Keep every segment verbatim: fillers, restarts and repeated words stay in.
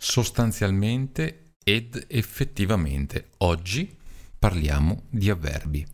sostanzialmente ed effettivamente. Oggi parliamo di avverbi.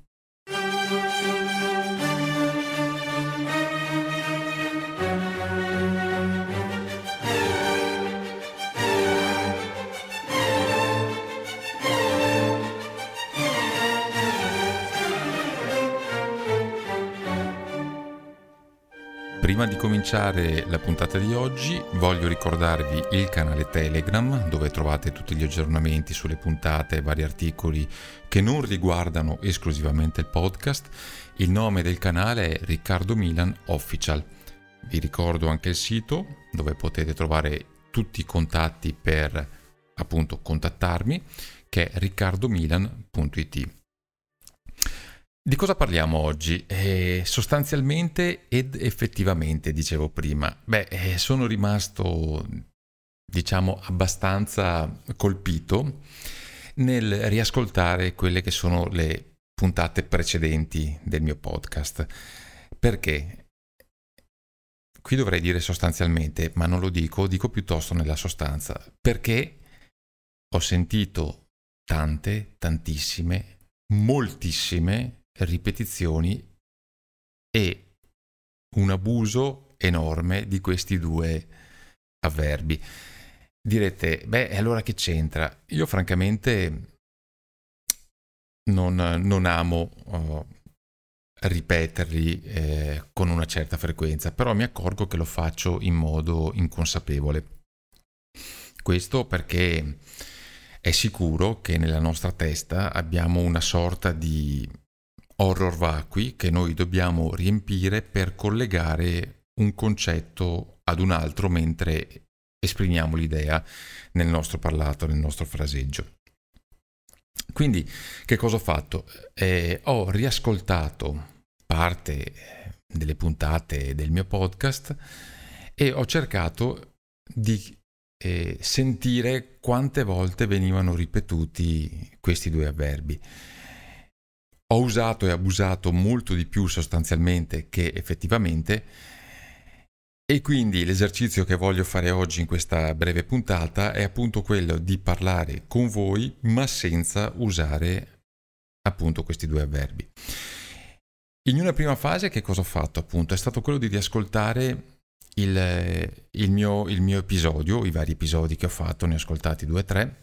Prima di cominciare la puntata di oggi, voglio ricordarvi il canale Telegram, dove trovate tutti gli aggiornamenti sulle puntate e vari articoli che non riguardano esclusivamente il podcast. Il nome del canale è Riccardo Milan Official. Vi ricordo anche il sito, dove potete trovare tutti i contatti per appunto contattarmi, che è riccardomilan punto it. Di cosa parliamo oggi? Eh, sostanzialmente ed effettivamente, dicevo prima. Beh, eh, sono rimasto, diciamo, abbastanza colpito nel riascoltare quelle che sono le puntate precedenti del mio podcast. Perché? Qui dovrei dire sostanzialmente, ma non lo dico, dico piuttosto nella sostanza. Perché ho sentito tante, tantissime, moltissime ripetizioni e un abuso enorme di questi due avverbi. Direte, beh, allora che c'entra? Io francamente non, non amo uh, ripeterli eh, con una certa frequenza, però mi accorgo che lo faccio in modo inconsapevole. Questo perché è sicuro che nella nostra testa abbiamo una sorta di horror vacui che noi dobbiamo riempire per collegare un concetto ad un altro mentre esprimiamo l'idea nel nostro parlato, nel nostro fraseggio. Quindi che cosa ho fatto? Eh, ho riascoltato parte delle puntate del mio podcast e ho cercato di eh, sentire quante volte venivano ripetuti questi due avverbi. Ho usato e abusato molto di più sostanzialmente che effettivamente, e quindi l'esercizio che voglio fare oggi in questa breve puntata è appunto quello di parlare con voi ma senza usare appunto questi due avverbi. In una prima fase che cosa ho fatto appunto? È stato quello di riascoltare il, il, mio, il mio episodio, i vari episodi che ho fatto, ne ho ascoltati due o tre.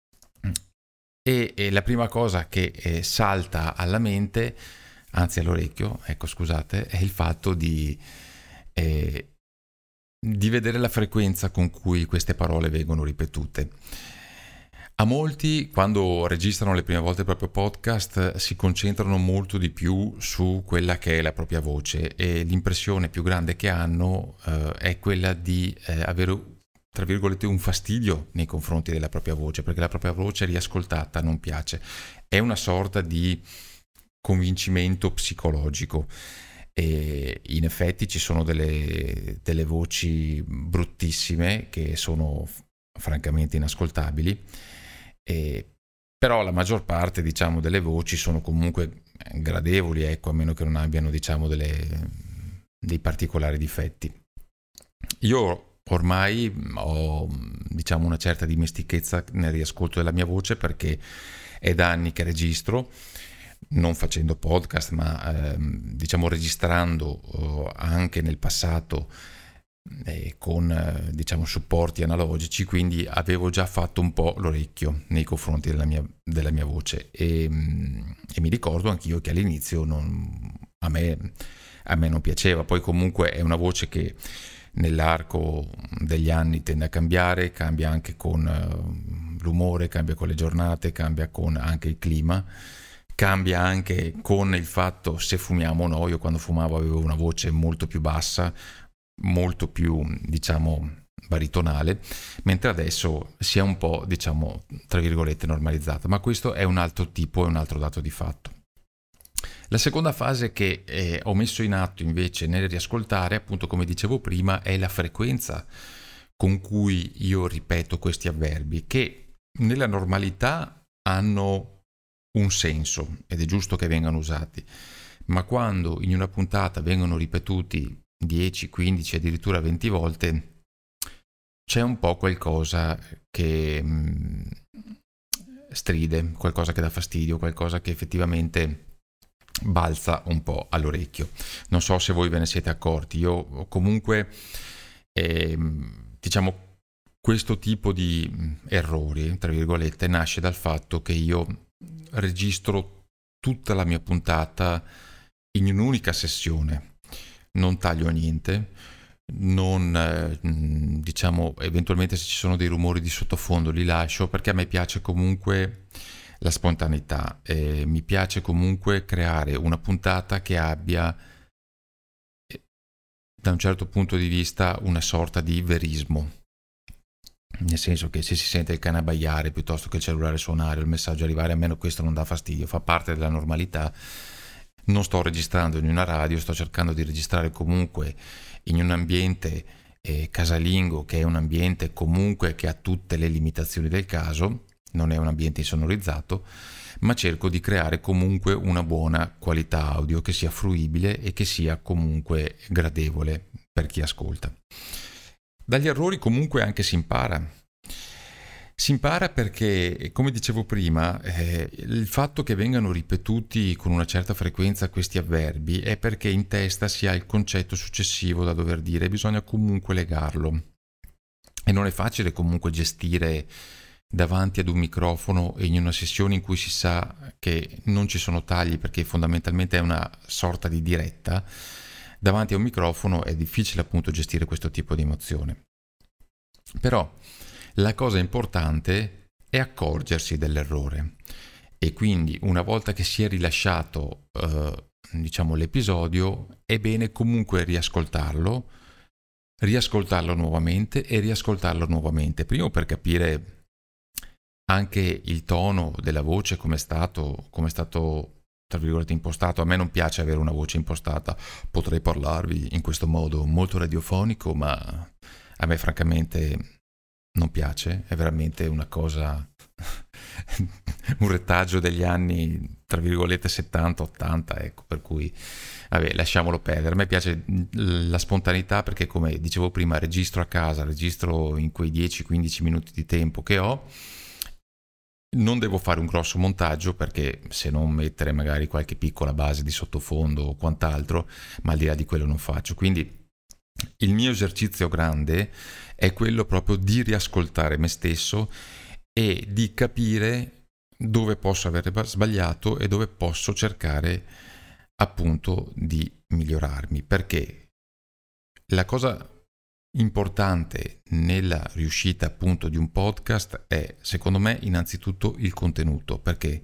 E, e la prima cosa che eh, salta alla mente, anzi all'orecchio, ecco scusate, è il fatto di, eh, di vedere la frequenza con cui queste parole vengono ripetute. A molti, quando registrano le prime volte il proprio podcast, si concentrano molto di più su quella che è la propria voce e l'impressione più grande che hanno eh, è quella di eh, avere tra virgolette un fastidio nei confronti della propria voce, perché la propria voce riascoltata non piace. È una sorta di convincimento psicologico e in effetti ci sono delle, delle voci bruttissime che sono francamente inascoltabili, e, però la maggior parte, diciamo, delle voci sono comunque gradevoli, ecco, a meno che non abbiano, diciamo, delle, dei particolari difetti. Io ormai ho, diciamo, una certa dimestichezza nel riascolto della mia voce, perché è da anni che registro, non facendo podcast, ma ehm, diciamo registrando eh, anche nel passato eh, con eh, diciamo supporti analogici, quindi avevo già fatto un po' l'orecchio nei confronti della mia, della mia voce e, e mi ricordo anch'io che all'inizio non, a me, a me non piaceva. Poi comunque è una voce che nell'arco degli anni tende a cambiare, cambia anche con uh, l'umore, cambia con le giornate, cambia con anche il clima, cambia anche con il fatto se fumiamo o no. Io quando fumavo avevo una voce molto più bassa, molto più, diciamo, baritonale, mentre adesso si è un po', diciamo, tra virgolette normalizzata, ma questo è un altro tipo, è un altro dato di fatto. La seconda fase che eh, ho messo in atto invece nel riascoltare, appunto come dicevo prima, è la frequenza con cui io ripeto questi avverbi, che nella normalità hanno un senso ed è giusto che vengano usati, ma quando in una puntata vengono ripetuti dieci, quindici, addirittura venti volte, c'è un po' qualcosa che mh, stride, qualcosa che dà fastidio, qualcosa che effettivamente balza un po' all'orecchio. Non so se voi ve ne siete accorti, io comunque eh, diciamo questo tipo di errori, tra virgolette, nasce dal fatto che io registro tutta la mia puntata in un'unica sessione, non taglio niente, non eh, diciamo eventualmente se ci sono dei rumori di sottofondo li lascio, perché a me piace comunque la spontaneità, eh, mi piace comunque creare una puntata che abbia da un certo punto di vista una sorta di verismo, nel senso che se si sente il cane abbaiare piuttosto che il cellulare suonare o il messaggio arrivare, a me questo non dà fastidio, fa parte della normalità. Non sto registrando in una radio, sto cercando di registrare comunque in un ambiente eh, casalingo, che è un ambiente comunque che ha tutte le limitazioni del caso, non è un ambiente insonorizzato, ma cerco di creare comunque una buona qualità audio che sia fruibile e che sia comunque gradevole per chi ascolta. Dagli errori comunque anche si impara. Si impara perché, come dicevo prima, eh, il fatto che vengano ripetuti con una certa frequenza questi avverbi è perché in testa si ha il concetto successivo da dover dire, bisogna comunque legarlo. E non è facile comunque gestire davanti ad un microfono e in una sessione in cui si sa che non ci sono tagli perché fondamentalmente è una sorta di diretta, davanti a un microfono è difficile appunto gestire questo tipo di emozione. Però la cosa importante è accorgersi dell'errore e quindi una volta che si è rilasciato eh, diciamo l'episodio è bene comunque riascoltarlo, riascoltarlo nuovamente e riascoltarlo nuovamente, primo per capire anche il tono della voce come è stato, come è stato tra virgolette impostato. A me non piace avere una voce impostata, potrei parlarvi in questo modo molto radiofonico, ma a me francamente non piace, è veramente una cosa un retaggio degli anni tra virgolette settanta ottanta, ecco, per cui vabbè, lasciamolo perdere. A me piace la spontaneità perché, come dicevo prima, registro a casa, registro in quei dieci quindici minuti di tempo che ho. Non devo fare un grosso montaggio perché se non mettere magari qualche piccola base di sottofondo o quant'altro, ma al di là di quello non faccio. Quindi il mio esercizio grande è quello proprio di riascoltare me stesso e di capire dove posso aver sbagliato e dove posso cercare appunto di migliorarmi, perché la cosa importante nella riuscita appunto di un podcast è, secondo me, innanzitutto il contenuto, perché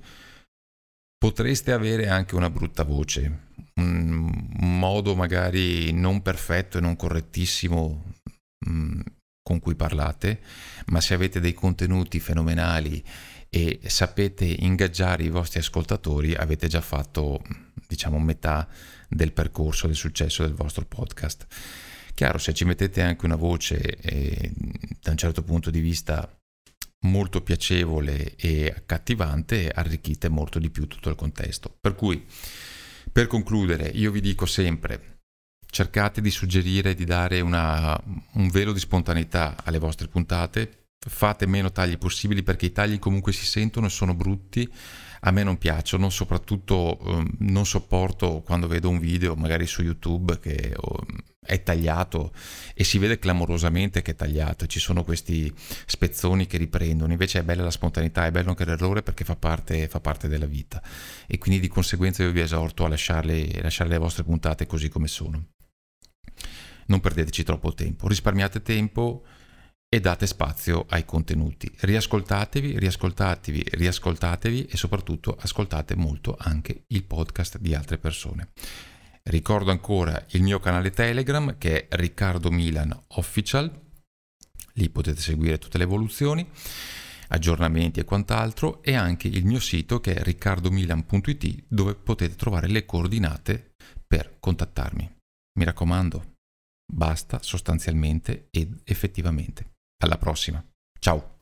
potreste avere anche una brutta voce, un modo magari non perfetto e non correttissimo mh, con cui parlate, ma se avete dei contenuti fenomenali e sapete ingaggiare i vostri ascoltatori, avete già fatto, diciamo, metà del percorso del successo del vostro podcast. Chiaro, se ci mettete anche una voce eh, da un certo punto di vista molto piacevole e accattivante, arricchite molto di più tutto il contesto. Per cui, per concludere, io vi dico sempre, cercate di suggerire di dare una, un velo di spontaneità alle vostre puntate, fate meno tagli possibili perché i tagli comunque si sentono e sono brutti. A me non piacciono, soprattutto um, non sopporto quando vedo un video magari su YouTube che um, è tagliato e si vede clamorosamente che è tagliato, ci sono questi spezzoni che riprendono. Invece è bella la spontaneità, è bello anche l'errore perché fa parte, fa parte della vita, e quindi di conseguenza io vi esorto a lasciarle, lasciare le vostre puntate così come sono. Non perdeteci troppo tempo, risparmiate tempo e date spazio ai contenuti. Riascoltatevi, riascoltatevi, riascoltatevi e soprattutto ascoltate molto anche il podcast di altre persone. Ricordo ancora il mio canale Telegram che è Riccardo Milan Official, lì potete seguire tutte le evoluzioni, aggiornamenti e quant'altro, e anche il mio sito che è riccardomilan punto it dove potete trovare le coordinate per contattarmi. Mi raccomando, basta sostanzialmente ed effettivamente. Alla prossima. Ciao.